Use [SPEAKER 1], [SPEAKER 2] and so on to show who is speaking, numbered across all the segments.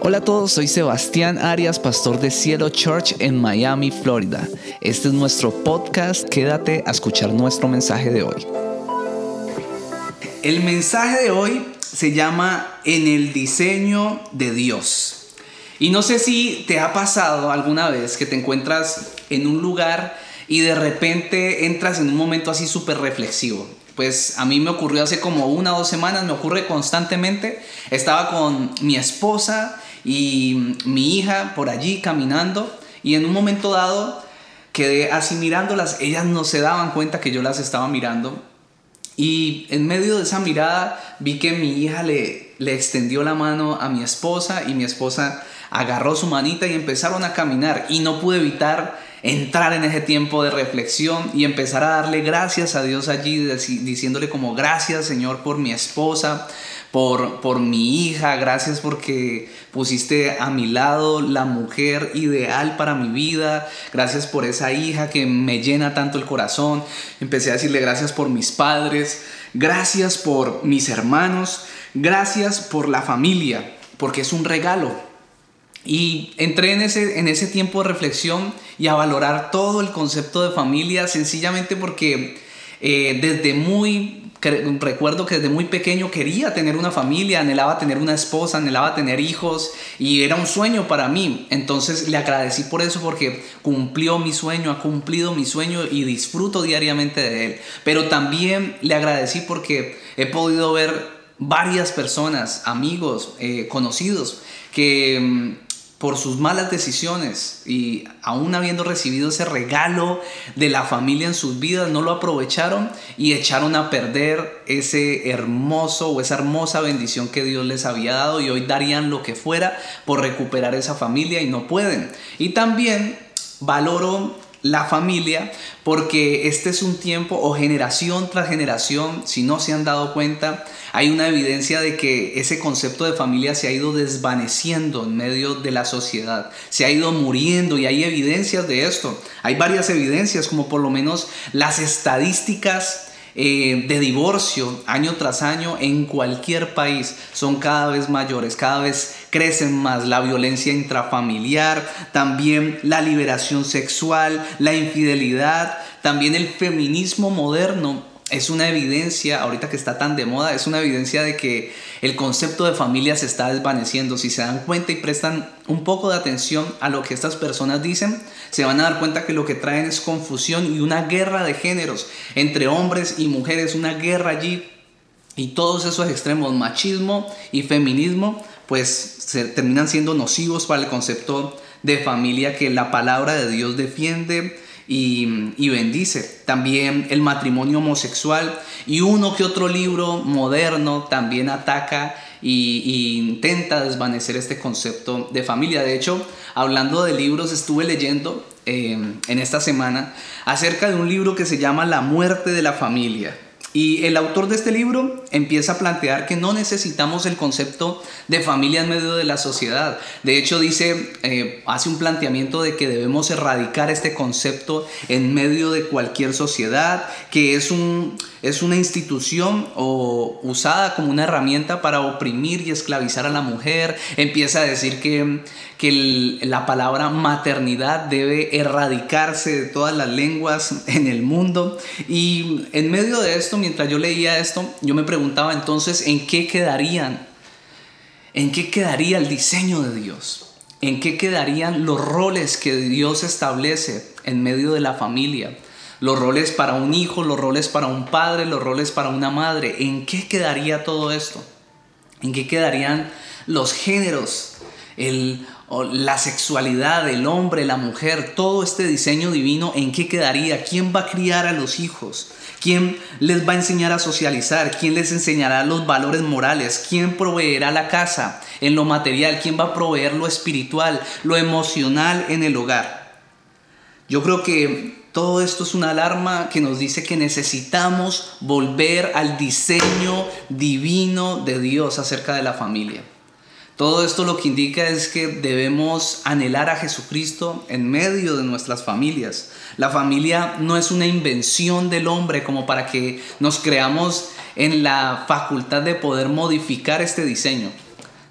[SPEAKER 1] Hola a todos, soy Sebastián Arias, pastor de Cielo Church en Miami, Florida. Este es nuestro podcast, quédate a escuchar nuestro mensaje de hoy. El mensaje de hoy se llama En el diseño de Dios. Y no sé si te ha pasado alguna vez que te encuentras en un lugar y de repente entras en un momento así súper reflexivo. Pues a mí me ocurrió hace como 1 o 2 semanas, me ocurre constantemente. Estaba con mi esposa y mi hija por allí caminando y en un momento dado quedé así mirándolas. Ellas no se daban cuenta que yo las estaba mirando y en medio de esa mirada vi que mi hija le extendió la mano a mi esposa y mi esposa agarró su manita y empezaron a caminar y no pude evitar entrar en ese tiempo de reflexión y empezar a darle gracias a Dios allí, diciéndole como gracias Señor por mi esposa, por mi hija, gracias porque pusiste a mi lado la mujer ideal para mi vida, gracias por esa hija que me llena tanto el corazón. Empecé a decirle gracias por mis padres, gracias por mis hermanos, gracias por la familia, porque es un regalo. Y entré en ese tiempo de reflexión y a valorar todo el concepto de familia, sencillamente porque recuerdo que desde muy pequeño quería tener una familia, anhelaba tener una esposa, anhelaba tener hijos y era un sueño para mí. Entonces le agradecí por eso, porque cumplió mi sueño, ha cumplido mi sueño y disfruto diariamente de él. Pero también le agradecí porque he podido ver varias personas, amigos, conocidos, que por sus malas decisiones y aún habiendo recibido ese regalo de la familia en sus vidas, no lo aprovecharon y echaron a perder ese hermoso o esa hermosa bendición que Dios les había dado, y hoy darían lo que fuera por recuperar esa familia y no pueden. Y también valoro la familia porque este es un tiempo, o generación tras generación, si no se han dado cuenta, hay una evidencia de que ese concepto de familia se ha ido desvaneciendo en medio de la sociedad, se ha ido muriendo, y hay evidencias de esto. Hay varias evidencias, como por lo menos las estadísticas de divorcio año tras año en cualquier país son cada vez mayores, cada vez crecen más. La violencia intrafamiliar, también la liberación sexual, la infidelidad, también el feminismo moderno. Es una evidencia, ahorita que está tan de moda, es una evidencia de que el concepto de familia se está desvaneciendo. Si se dan cuenta y prestan un poco de atención a lo que estas personas dicen, se van a dar cuenta que lo que traen es confusión y una guerra de géneros entre hombres y mujeres, una guerra allí. Y todos esos extremos, machismo y feminismo, pues se terminan siendo nocivos para el concepto de familia que la palabra de Dios defiende y bendice. También el matrimonio homosexual y uno que otro libro moderno también ataca y intenta desvanecer este concepto de familia. De hecho, hablando de libros, estuve leyendo en esta semana acerca de un libro que se llama La muerte de la familia. Y el autor de este libro empieza a plantear que no necesitamos el concepto de familia en medio de la sociedad. De hecho, hace un planteamiento de que debemos erradicar este concepto en medio de cualquier sociedad, que es una institución usada como una herramienta para oprimir y esclavizar a la mujer. Empieza a decir que la palabra maternidad debe erradicarse de todas las lenguas en el mundo. Y en medio de esto, mientras yo leía esto, yo me preguntaba entonces ¿en qué quedaría el diseño de Dios? ¿En qué quedarían los roles que Dios establece en medio de la familia? Los roles para un hijo, los roles para un padre, los roles para una madre. ¿En qué quedaría todo esto? ¿En qué quedarían los géneros? La sexualidad, el hombre, la mujer, todo este diseño divino, ¿en qué quedaría? ¿Quién va a criar a los hijos? ¿Quién les va a enseñar a socializar? ¿Quién les enseñará los valores morales? ¿Quién proveerá la casa en lo material? ¿Quién va a proveer lo espiritual, lo emocional en el hogar? Yo creo que todo esto es una alarma que nos dice que necesitamos volver al diseño divino de Dios acerca de la familia. Todo esto lo que indica es que debemos anhelar a Jesucristo en medio de nuestras familias. La familia no es una invención del hombre como para que nos creamos en la facultad de poder modificar este diseño.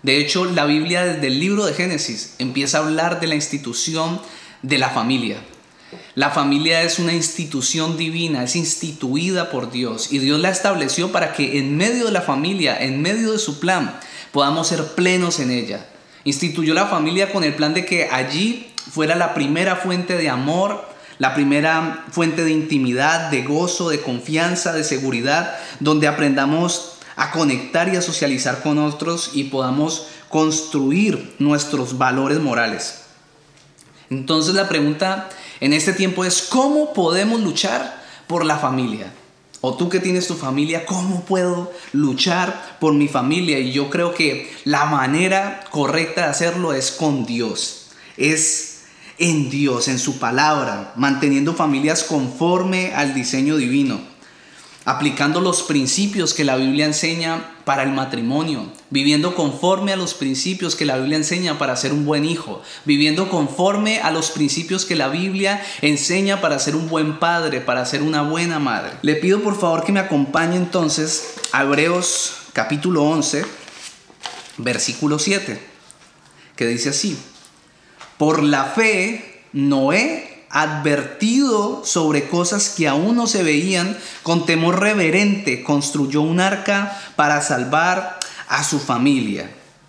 [SPEAKER 1] De hecho, la Biblia desde el libro de Génesis empieza a hablar de la institución de la familia. La familia es una institución divina, es instituida por Dios y Dios la estableció para que en medio de la familia, en medio de su plan, podamos ser plenos en ella. Instituyó la familia con el plan de que allí fuera la primera fuente de amor, la primera fuente de intimidad, de gozo, de confianza, de seguridad, donde aprendamos a conectar y a socializar con otros y podamos construir nuestros valores morales. Entonces la pregunta en este tiempo es: ¿cómo podemos luchar por la familia? O tú que tienes tu familia, ¿cómo puedo luchar por mi familia? Y yo creo que la manera correcta de hacerlo es con Dios. Es en Dios, en su palabra, manteniendo familias conforme al diseño divino, aplicando los principios que la Biblia enseña para el matrimonio, viviendo conforme a los principios que la Biblia enseña para ser un buen hijo, viviendo conforme a los principios que la Biblia enseña para ser un buen padre, para ser una buena madre. Le pido por favor que me acompañe entonces a Hebreos capítulo 11, versículo 7, que dice así: por la fe, Noé, advertido sobre cosas que aún no se veían, con temor reverente construyó un arca para salvar a su familia.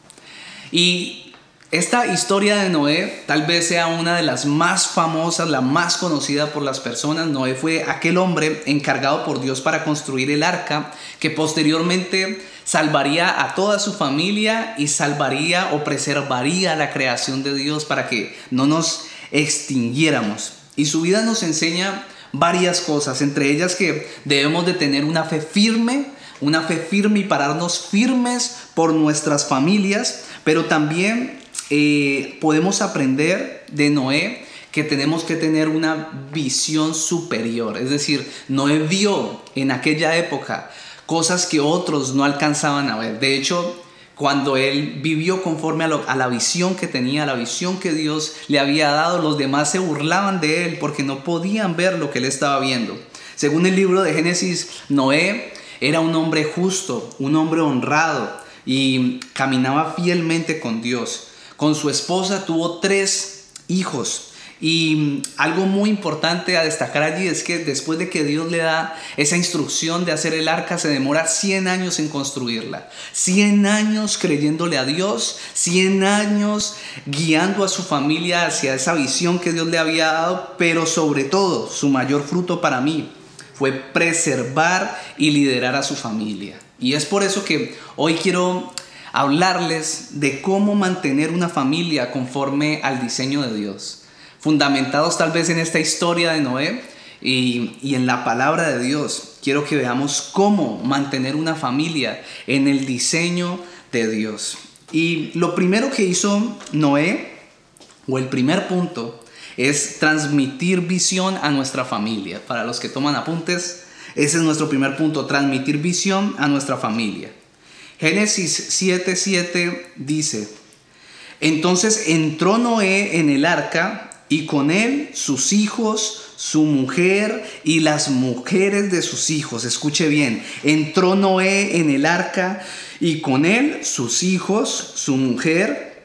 [SPEAKER 1] Y esta historia de Noé tal vez sea una de las más famosas, la más conocida por las personas. Noé fue aquel hombre encargado por Dios para construir el arca que posteriormente salvaría a toda su familia y salvaría o preservaría la creación de Dios para que no nos extinguiéramos. Y su vida nos enseña varias cosas, entre ellas que debemos de tener una fe firme y pararnos firmes por nuestras familias, pero también podemos aprender de Noé que tenemos que tener una visión superior. Es decir, Noé vio en aquella época cosas que otros no alcanzaban a ver. De hecho, cuando él vivió conforme a la visión que tenía, la visión que Dios le había dado, los demás se burlaban de él porque no podían ver lo que él estaba viendo. Según el libro de Génesis, Noé era un hombre justo, un hombre honrado y caminaba fielmente con Dios. Con su esposa tuvo 3 hijos. Y algo muy importante a destacar allí es que después de que Dios le da esa instrucción de hacer el arca, se demora 100 años en construirla. 100 años creyéndole a Dios, 100 años guiando a su familia hacia esa visión que Dios le había dado, pero sobre todo, su mayor fruto para mí fue preservar y liderar a su familia. Y es por eso que hoy quiero hablarles de cómo mantener una familia conforme al diseño de Dios, fundamentados tal vez en esta historia de Noé y en la palabra de Dios. Quiero que veamos cómo mantener una familia en el diseño de Dios. Y lo primero que hizo Noé, o el primer punto, es transmitir visión a nuestra familia. Para los que toman apuntes, ese es nuestro primer punto: transmitir visión a nuestra familia. Génesis 7:7 dice: entonces entró Noé en el arca, y con él sus hijos, su mujer y las mujeres de sus hijos. Escuche bien: entró Noé en el arca y con él sus hijos, su mujer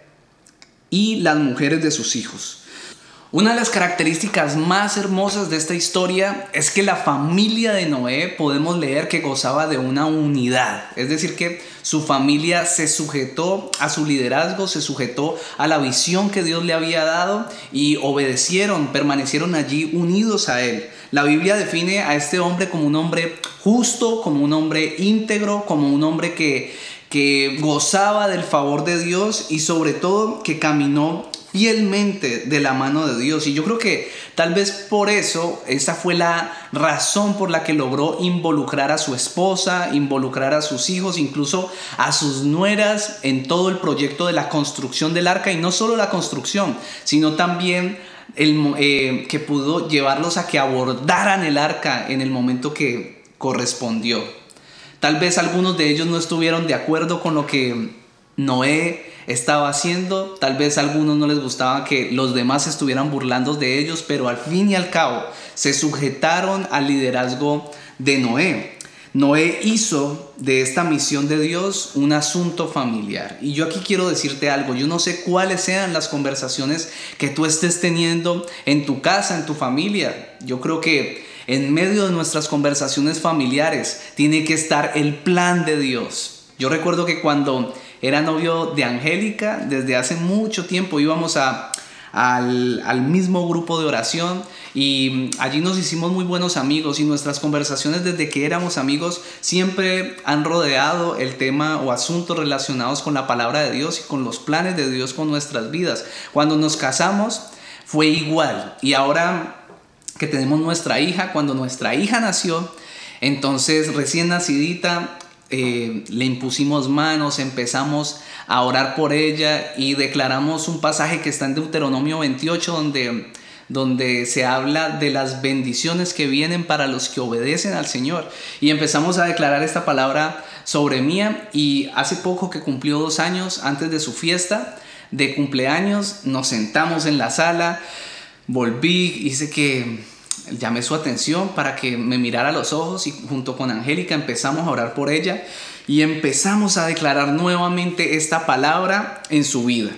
[SPEAKER 1] y las mujeres de sus hijos. Una de las características más hermosas de esta historia es que la familia de Noé, podemos leer que gozaba de una unidad. Es decir, que su familia se sujetó a su liderazgo, se sujetó a la visión que Dios le había dado y obedecieron, permanecieron allí unidos a él. La Biblia define a este hombre como un hombre justo, como un hombre íntegro, como un hombre que gozaba del favor de Dios y sobre todo que caminó fielmente de la mano de Dios. Y yo creo que tal vez por eso esa fue la razón por la que logró involucrar a su esposa, involucrar a sus hijos, incluso a sus nueras en todo el proyecto de la construcción del arca. Y no solo la construcción, sino también que pudo llevarlos a que abordaran el arca en el momento que correspondió. Tal vez algunos de ellos no estuvieron de acuerdo con lo que Noé estaba haciendo, tal vez a algunos no les gustaba que los demás estuvieran burlando de ellos, pero al fin y al cabo se sujetaron al liderazgo de Noé. Noé hizo de esta misión de Dios un asunto familiar. Y yo aquí quiero decirte algo. Yo no sé cuáles sean las conversaciones que tú estés teniendo en tu casa, en tu familia. Yo creo que en medio de nuestras conversaciones familiares tiene que estar el plan de Dios. Yo recuerdo que cuando era novio de Angélica, desde hace mucho tiempo íbamos al mismo grupo de oración y allí nos hicimos muy buenos amigos, y nuestras conversaciones desde que éramos amigos siempre han rodeado el tema o asuntos relacionados con la palabra de Dios y con los planes de Dios con nuestras vidas. Cuando nos casamos fue igual, y ahora que tenemos nuestra hija, cuando nuestra hija nació, entonces recién nacidita, le impusimos manos, empezamos a orar por ella y declaramos un pasaje que está en Deuteronomio 28 donde se habla de las bendiciones que vienen para los que obedecen al Señor, y empezamos a declarar esta palabra sobre Mía. Y hace poco que cumplió 2 años, antes de su fiesta de cumpleaños, nos sentamos en la sala, hice que llamé su atención para que me mirara a los ojos, y junto con Angélica empezamos a orar por ella y empezamos a declarar nuevamente esta palabra en su vida.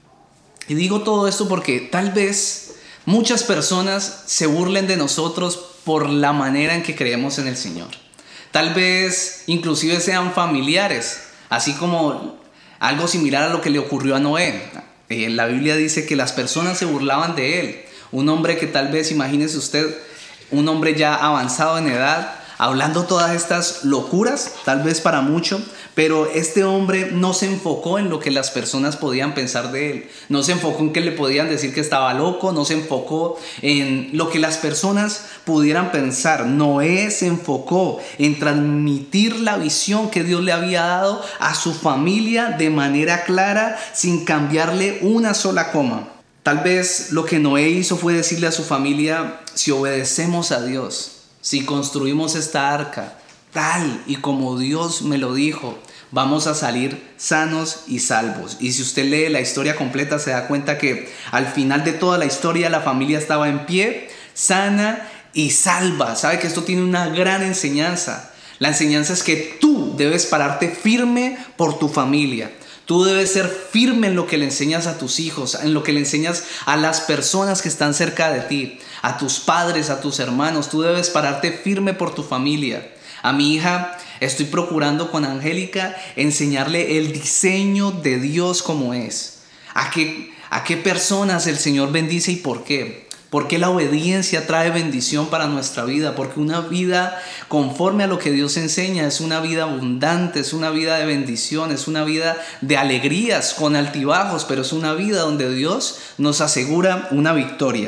[SPEAKER 1] Y digo todo esto porque tal vez muchas personas se burlen de nosotros por la manera en que creemos en el Señor. Tal vez inclusive sean familiares, así como algo similar a lo que le ocurrió a Noé. La Biblia dice que las personas se burlaban de él. Un hombre que tal vez, imagínese usted, un hombre ya avanzado en edad, hablando todas estas locuras, tal vez para mucho, pero este hombre no se enfocó en lo que las personas podían pensar de él. No se enfocó en que le podían decir que estaba loco, no se enfocó en lo que las personas pudieran pensar. Noé se enfocó en transmitir la visión que Dios le había dado a su familia de manera clara, sin cambiarle una sola coma. Tal vez lo que Noé hizo fue decirle a su familia: si obedecemos a Dios, si construimos esta arca tal y como Dios me lo dijo, vamos a salir sanos y salvos. Y si usted lee la historia completa, se da cuenta que al final de toda la historia la familia estaba en pie, sana y salva. ¿Sabe que esto tiene una gran enseñanza? La enseñanza es que tú debes pararte firme por tu familia. Tú debes ser firme en lo que le enseñas a tus hijos, en lo que le enseñas a las personas que están cerca de ti, a tus padres, a tus hermanos. Tú debes pararte firme por tu familia. A mi hija estoy procurando con Angélica enseñarle el diseño de Dios como es. A qué personas el Señor bendice y por qué. Porque la obediencia trae bendición para nuestra vida. Porque una vida conforme a lo que Dios enseña es una vida abundante, es una vida de bendición, es una vida de alegrías con altibajos, pero es una vida donde Dios nos asegura una victoria.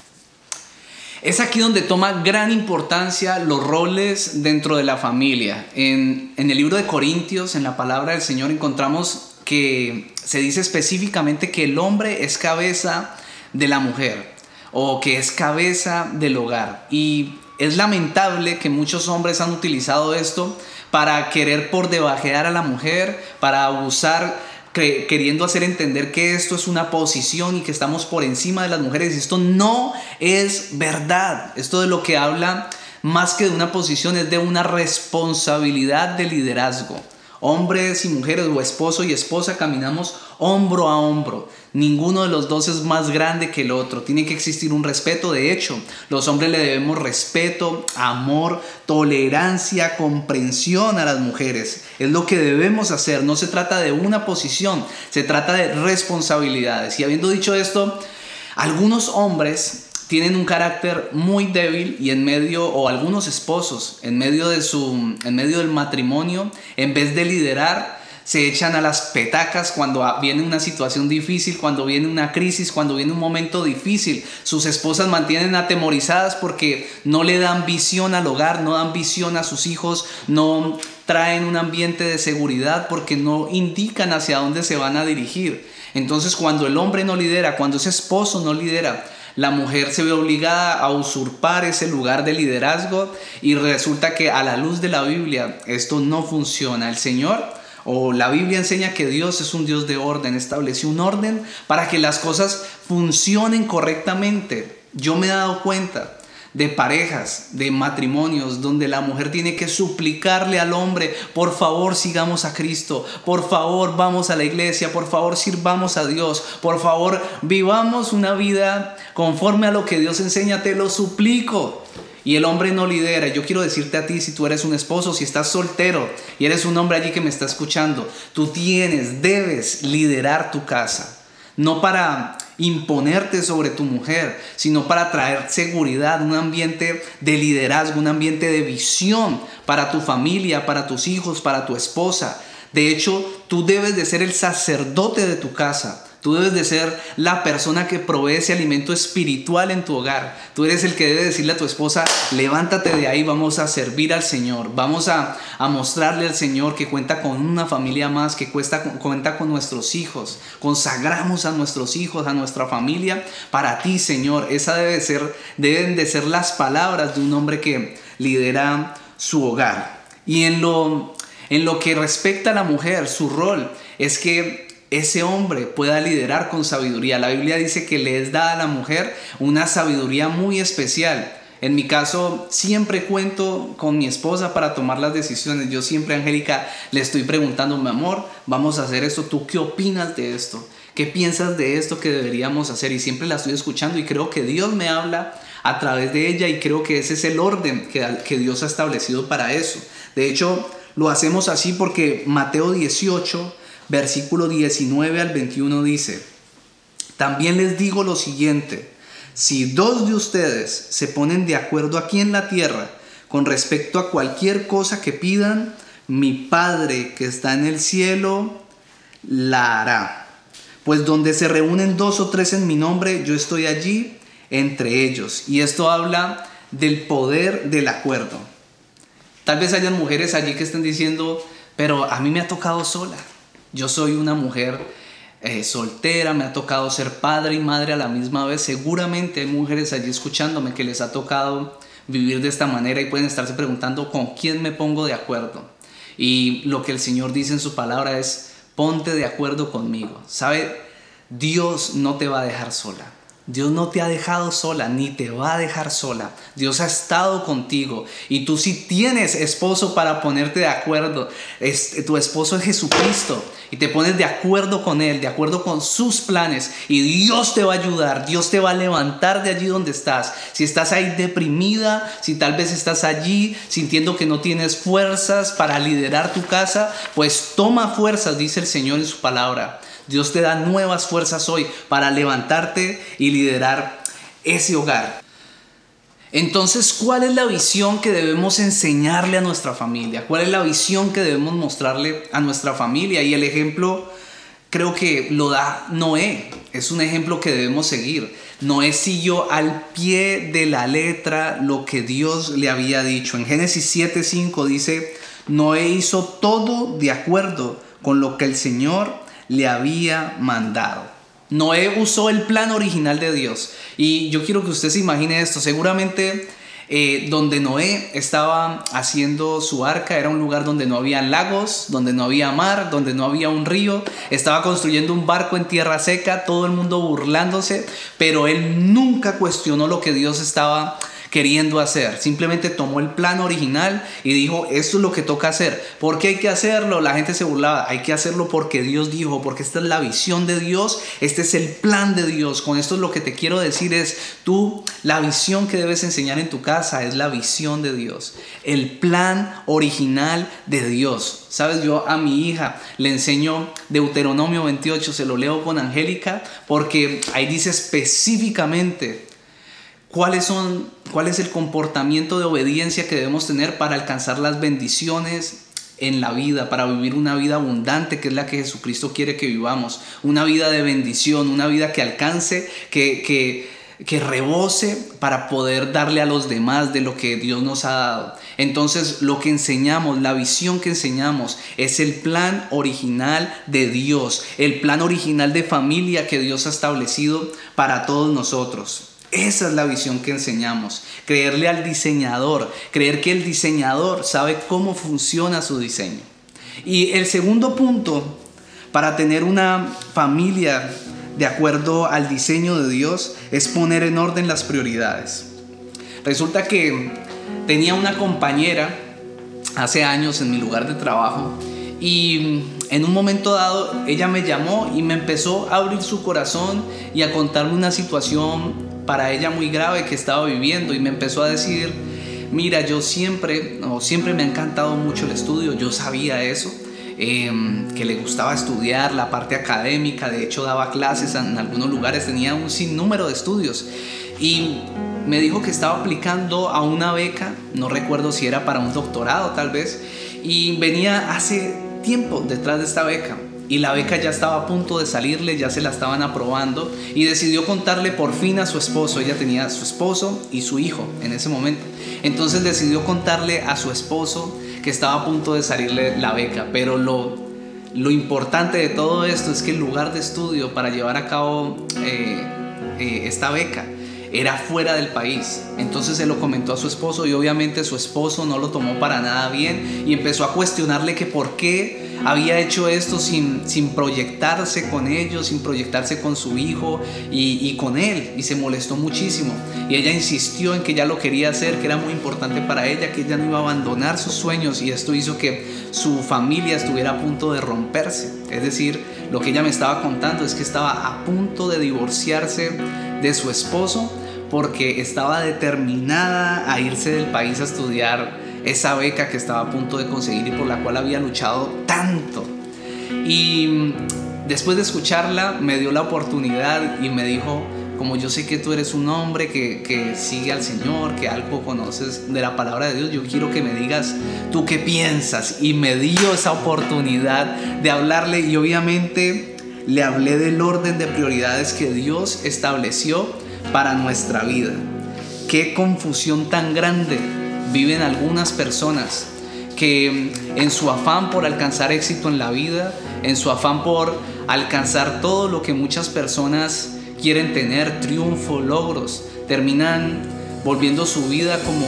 [SPEAKER 1] Es aquí donde toma gran importancia los roles dentro de la familia. En el libro de Corintios, en la palabra del Señor, encontramos que se dice específicamente que el hombre es cabeza de la mujer, o que es cabeza del hogar. Y es lamentable que muchos hombres han utilizado esto para querer por debajear a la mujer, para abusar, queriendo hacer entender que esto es una posición y que estamos por encima de las mujeres. Y esto no es verdad. Esto de lo que habla, más que de una posición, es de una responsabilidad de liderazgo. Hombres y mujeres, o esposo y esposa, caminamos hombro a hombro. Ninguno de los dos es más grande que el otro. Tiene que existir un respeto. De hecho, los hombres le debemos respeto, amor, tolerancia, comprensión a las mujeres. Es lo que debemos hacer. No se trata de una posición, se trata de responsabilidades. Y habiendo dicho esto, algunos hombres tienen un carácter muy débil, y algunos esposos, en medio del matrimonio, en vez de liderar, se echan a las petacas cuando viene una situación difícil, cuando viene una crisis, cuando viene un momento difícil. Sus esposas mantienen atemorizadas porque no le dan visión al hogar, no dan visión a sus hijos, no traen un ambiente de seguridad porque no indican hacia dónde se van a dirigir. Entonces, cuando el hombre no lidera, cuando ese esposo no lidera, la mujer se ve obligada a usurpar ese lugar de liderazgo, y resulta que a la luz de la Biblia esto no funciona. El Señor, o la Biblia, enseña que Dios es un Dios de orden, estableció un orden para que las cosas funcionen correctamente. Yo me he dado cuenta de parejas, de matrimonios, donde la mujer tiene que suplicarle al hombre: por favor sigamos a Cristo, por favor vamos a la iglesia, por favor sirvamos a Dios, por favor vivamos una vida conforme a lo que Dios enseña, te lo suplico. Y el hombre no lidera. Yo quiero decirte a ti, si tú eres un esposo, si estás soltero y eres un hombre allí que me está escuchando, tú debes liderar tu casa. No para imponerte sobre tu mujer, sino para traer seguridad, un ambiente de liderazgo, un ambiente de visión para tu familia, para tus hijos, para tu esposa. De hecho, tú debes de ser el sacerdote de tu casa. Tú debes de ser la persona que provee ese alimento espiritual en tu hogar. Tú eres el que debe decirle a tu esposa: levántate de ahí, vamos a servir al Señor. Vamos a mostrarle al Señor que cuenta con una familia más, que cuenta con nuestros hijos. Consagramos a nuestros hijos, a nuestra familia para ti, Señor. Esa deben de ser las palabras de un hombre que lidera su hogar. Y en lo que respecta a la mujer, su rol es que ese hombre pueda liderar con sabiduría. La Biblia dice que le es dada a la mujer una sabiduría muy especial. En mi caso, siempre cuento con mi esposa para tomar las decisiones. Yo siempre a Angélica le estoy preguntando: mi amor, vamos a hacer esto, ¿tú qué opinas de esto? ¿Qué piensas de esto que deberíamos hacer? Y siempre la estoy escuchando, y creo que Dios me habla a través de ella, y creo que ese es el orden que Dios ha establecido para eso. De hecho, lo hacemos así porque Mateo 18, versículo 19 al 21 dice: también les digo lo siguiente: si 2 de ustedes se ponen de acuerdo aquí en la tierra con respecto a cualquier cosa que pidan, mi Padre que está en el cielo la hará. Pues donde se reúnen 2 o 3 en mi nombre, yo estoy allí entre ellos. Y esto habla del poder del acuerdo. Tal vez hayan mujeres allí que estén diciendo: pero a mí me ha tocado sola. Yo soy una mujer soltera, me ha tocado ser padre y madre a la misma vez. Seguramente hay mujeres allí escuchándome que les ha tocado vivir de esta manera y pueden estarse preguntando: ¿con quién me pongo de acuerdo? Y lo que el Señor dice en su palabra es: ponte de acuerdo conmigo. ¿Sabe? Dios no te va a dejar sola. Dios no te ha dejado sola, ni te va a dejar sola. Dios ha estado contigo. Y tú, si tienes esposo para ponerte de acuerdo, tu esposo es Jesucristo, y te pones de acuerdo con Él, de acuerdo con sus planes, y Dios te va a ayudar. Dios te va a levantar de allí donde estás. Si estás ahí deprimida, si tal vez estás allí sintiendo que no tienes fuerzas para liderar tu casa, pues toma fuerzas, dice el Señor en su palabra. Dios te da nuevas fuerzas hoy para levantarte y liderar ese hogar. Entonces, ¿cuál es la visión que debemos enseñarle a nuestra familia? ¿Cuál es la visión que debemos mostrarle a nuestra familia? Y el ejemplo creo que lo da Noé. Es un ejemplo que debemos seguir. Noé siguió al pie de la letra lo que Dios le había dicho. En Génesis 7:5 dice: Noé hizo todo de acuerdo con lo que el Señor le había mandado. Noé usó el plan original de Dios. Y yo quiero que usted se imagine esto. Seguramente donde Noé estaba haciendo su arca era un lugar donde no había lagos, donde no había mar, donde no había un río. Estaba construyendo un barco en tierra seca, todo el mundo burlándose, pero él nunca cuestionó lo que Dios estaba queriendo hacer. Simplemente tomó el plan original y dijo: esto es lo que toca hacer. ¿Por qué hay que hacerlo? La gente se burlaba. Hay que hacerlo porque Dios dijo, porque esta es la visión de Dios, este es el plan de Dios. Con esto lo que te quiero decir es: tú, la visión que debes enseñar en tu casa es la visión de Dios, el plan original de Dios. Sabes, yo a mi hija le enseño Deuteronomio 28, se lo leo con Angélica, porque ahí dice específicamente ¿cuál es el comportamiento de obediencia que debemos tener para alcanzar las bendiciones en la vida, para vivir una vida abundante, que es la que Jesucristo quiere que vivamos? Una vida de bendición, una vida que alcance, que rebose para poder darle a los demás de lo que Dios nos ha dado. Entonces, lo que enseñamos, la visión que enseñamos es el plan original de Dios, el plan original de familia que Dios ha establecido para todos nosotros. Esa es la visión que enseñamos. Creerle al diseñador, creer que el diseñador sabe cómo funciona su diseño. Y el segundo punto para tener una familia de acuerdo al diseño de Dios es poner en orden las prioridades. Resulta que tenía una compañera hace años en mi lugar de trabajo y en un momento dado ella me llamó y me empezó a abrir su corazón y a contarme una situación para ella muy grave que estaba viviendo, y me empezó a decir: mira, yo siempre me ha encantado mucho el estudio, yo sabía eso, que le gustaba estudiar la parte académica, de hecho daba clases en algunos lugares, tenía un sinnúmero de estudios, y me dijo que estaba aplicando a una beca, no recuerdo si era para un doctorado tal vez, y venía hace tiempo detrás de esta beca, y la beca ya estaba a punto de salirle, ya se la estaban aprobando, y decidió contarle por fin a su esposo. Ella tenía a su esposo y su hijo en ese momento, entonces decidió contarle a su esposo que estaba a punto de salirle la beca. Pero lo importante de todo esto es que el lugar de estudio para llevar a cabo esta beca era fuera del país. Entonces se lo comentó a su esposo, y obviamente su esposo no lo tomó para nada bien y empezó a cuestionarle que por qué había hecho esto sin proyectarse con ellos, sin proyectarse con su hijo y con él, y se molestó muchísimo. Y ella insistió en que ella lo quería hacer, que era muy importante para ella, que ella no iba a abandonar sus sueños, y esto hizo que su familia estuviera a punto de romperse. Es decir, lo que ella me estaba contando es que estaba a punto de divorciarse de su esposo porque estaba determinada a irse del país a estudiar esa beca que estaba a punto de conseguir y por la cual había luchado tanto. Y después de escucharla me dio la oportunidad y me dijo: como yo sé que tú eres un hombre que sigue al Señor, que algo conoces de la palabra de Dios, yo quiero que me digas tú qué piensas. Y me dio esa oportunidad de hablarle, y obviamente le hablé del orden de prioridades que Dios estableció para nuestra vida. Qué confusión tan grande viven algunas personas que en su afán por alcanzar éxito en la vida, en su afán por alcanzar todo lo que muchas personas quieren tener, triunfo, logros, terminan volviendo su vida como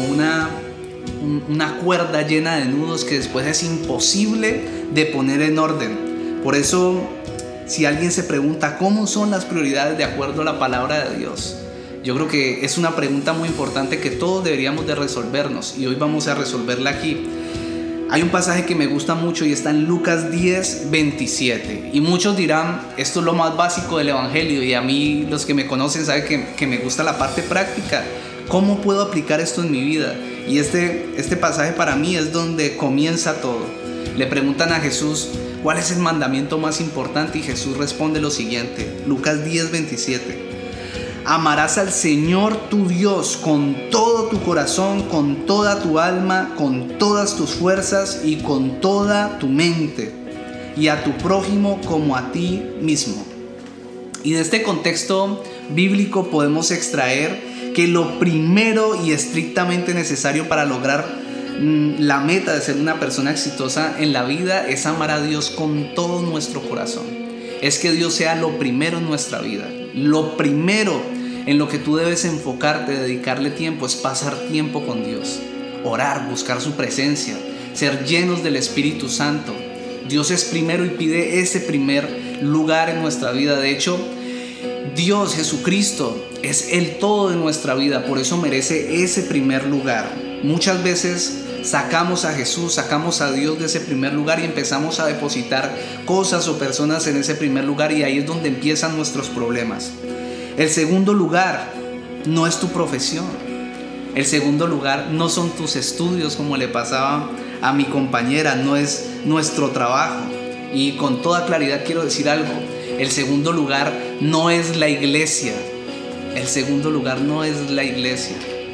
[SPEAKER 1] una cuerda llena de nudos que después es imposible de poner en orden. Por eso, si alguien se pregunta cómo son las prioridades de acuerdo a la palabra de Dios, yo creo que es una pregunta muy importante que todos deberíamos de resolvernos, y hoy vamos a resolverla aquí. Hay un pasaje que me gusta mucho y está en Lucas 10:27, y muchos dirán: esto es lo más básico del evangelio, y a mí, los que me conocen saben que me gusta la parte práctica. ¿Cómo puedo aplicar esto en mi vida? Y este pasaje para mí es donde comienza todo. Le preguntan a Jesús: ¿cuál es el mandamiento más importante? Y Jesús responde lo siguiente, Lucas 10:27: amarás al Señor tu Dios con todo tu corazón, con toda tu alma, con todas tus fuerzas y con toda tu mente, y a tu prójimo como a ti mismo. Y de este contexto bíblico podemos extraer que lo primero y estrictamente necesario para lograr la meta de ser una persona exitosa en la vida es amar a Dios con todo nuestro corazón. Es que Dios sea lo primero en nuestra vida. Lo primero en lo que tú debes enfocarte, dedicarle tiempo, es pasar tiempo con Dios, orar, buscar su presencia, ser llenos del Espíritu Santo. Dios es primero y pide ese primer lugar en nuestra vida. De hecho, Dios, Jesucristo, es el todo de nuestra vida, por eso merece ese primer lugar. Muchas veces sacamos a Jesús, sacamos a Dios de ese primer lugar y empezamos a depositar cosas o personas en ese primer lugar, y ahí es donde empiezan nuestros problemas. El segundo lugar no es tu profesión. El segundo lugar no son tus estudios, como le pasaba a mi compañera, no es nuestro trabajo. Y con toda claridad quiero decir algo: el segundo lugar no es la iglesia. El segundo lugar no es la iglesia.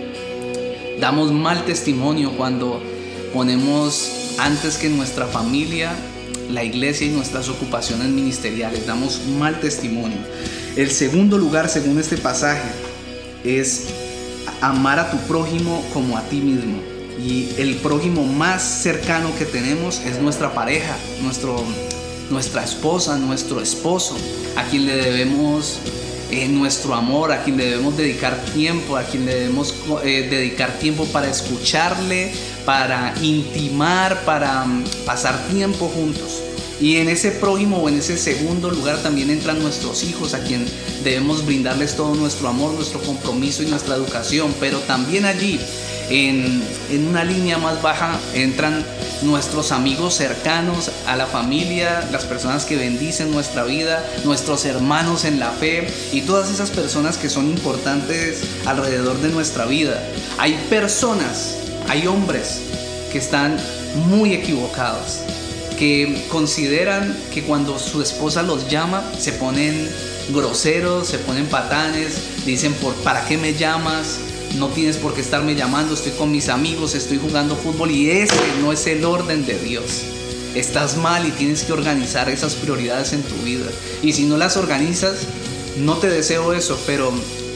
[SPEAKER 1] Damos mal testimonio cuando ponemos antes que nuestra familia la iglesia y nuestras ocupaciones ministeriales. Damos mal testimonio. El segundo lugar, según este pasaje, es amar a tu prójimo como a ti mismo. Y el prójimo más cercano que tenemos es nuestra pareja, nuestra esposa, nuestro esposo, a quien le debemos nuestro amor, a quien le debemos dedicar tiempo, a quien le debemos dedicar tiempo para escucharle, para intimar, para pasar tiempo juntos. Y en ese prójimo o en ese segundo lugar también entran nuestros hijos, a quien debemos brindarles todo nuestro amor, nuestro compromiso y nuestra educación. Pero también allí, en una línea más baja, entran nuestros amigos cercanos a la familia, las personas que bendicen nuestra vida, nuestros hermanos en la fe y todas esas personas que son importantes alrededor de nuestra vida. Hay personas, hay hombres que están muy equivocados, que consideran que cuando su esposa los llama se ponen groseros, se ponen patanes, dicen ¿para qué me llamas? No tienes por qué estarme llamando, estoy con mis amigos, estoy jugando fútbol, y ese no es el orden de Dios. Estás mal y tienes que organizar esas prioridades en tu vida. Y si no las organizas, no te deseo eso, pero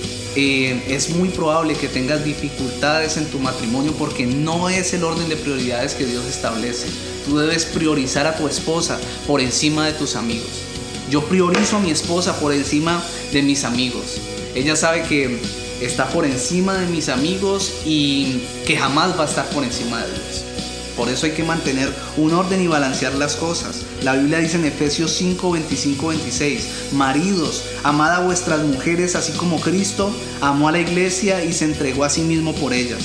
[SPEAKER 1] es muy probable que tengas dificultades en tu matrimonio porque no es el orden de prioridades que Dios establece. Tú debes priorizar a tu esposa por encima de tus amigos. Yo priorizo a mi esposa por encima de mis amigos. Ella sabe que está por encima de mis amigos y que jamás va a estar por encima de Dios. Por eso hay que mantener un orden y balancear las cosas. La Biblia dice en Efesios 5, 25, 26: maridos, amad a vuestras mujeres así como Cristo amó a la iglesia y se entregó a sí mismo por ellas.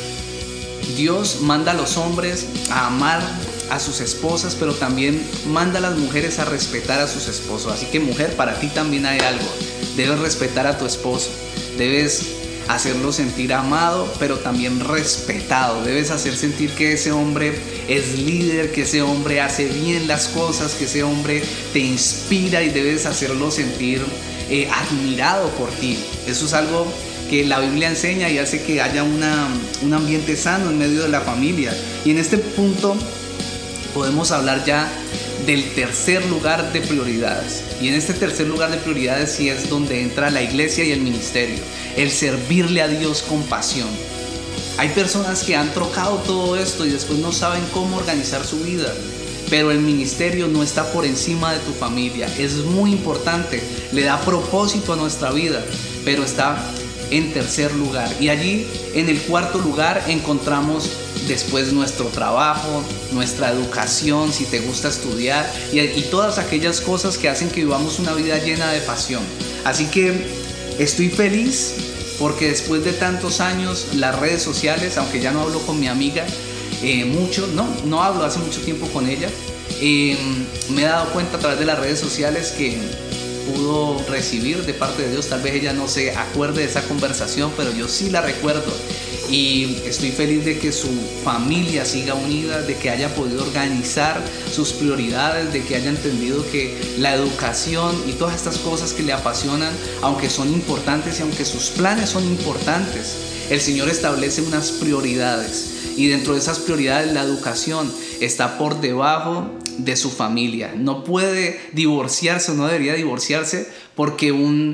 [SPEAKER 1] Dios manda a los hombres a amar a sus esposas, pero también manda a las mujeres a respetar a sus esposos. Así que, mujer, para ti también hay algo. Debes respetar a tu esposo. Debes hacerlo sentir amado, pero también respetado. Debes hacer sentir que ese hombre es líder, que ese hombre hace bien las cosas, que ese hombre te inspira, y debes hacerlo sentir admirado por ti. Eso es algo que la Biblia enseña y hace que haya un ambiente sano en medio de la familia. Y en este punto podemos hablar ya del tercer lugar de prioridades. Y en este tercer lugar de prioridades sí es donde entra la iglesia y el ministerio. El servirle a Dios con pasión. Hay personas que han trocado todo esto y después no saben cómo organizar su vida. Pero el ministerio no está por encima de tu familia. Es muy importante. Le da propósito a nuestra vida. Pero está en tercer lugar. Y allí, en el cuarto lugar, encontramos después nuestro trabajo, nuestra educación, si te gusta estudiar, y todas aquellas cosas que hacen que vivamos una vida llena de pasión. Así que estoy feliz porque después de tantos años las redes sociales, aunque ya no hablo con mi amiga mucho, no hablo hace mucho tiempo con ella, me he dado cuenta a través de las redes sociales que pudo recibir de parte de Dios. Tal vez ella no se acuerde de esa conversación, pero yo sí la recuerdo. Y estoy feliz de que su familia siga unida, de que haya podido organizar sus prioridades, de que haya entendido que la educación y todas estas cosas que le apasionan, aunque son importantes y aunque sus planes son importantes, el Señor establece unas prioridades. Y dentro de esas prioridades, la educación está por debajo de su familia. No puede divorciarse o no debería divorciarse porque un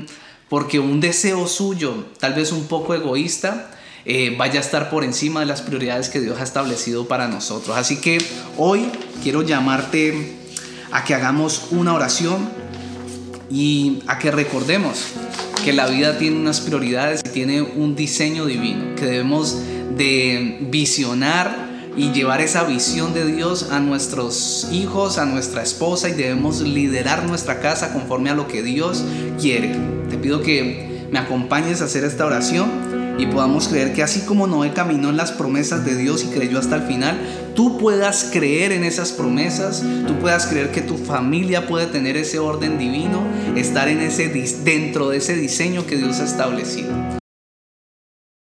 [SPEAKER 1] deseo suyo, tal vez un poco egoísta, vaya a estar por encima de las prioridades que Dios ha establecido para nosotros. Así que hoy quiero llamarte a que hagamos una oración y a que recordemos que la vida tiene unas prioridades y tiene un diseño divino, que debemos de visionar y llevar esa visión de Dios a nuestros hijos, a nuestra esposa, y debemos liderar nuestra casa conforme a lo que Dios quiere. Te pido que me acompañes a hacer esta oración y podamos creer que así como Noé caminó en las promesas de Dios y creyó hasta el final, tú puedas creer en esas promesas, tú puedas creer que tu familia puede tener ese orden divino, estar dentro de ese diseño que Dios ha establecido.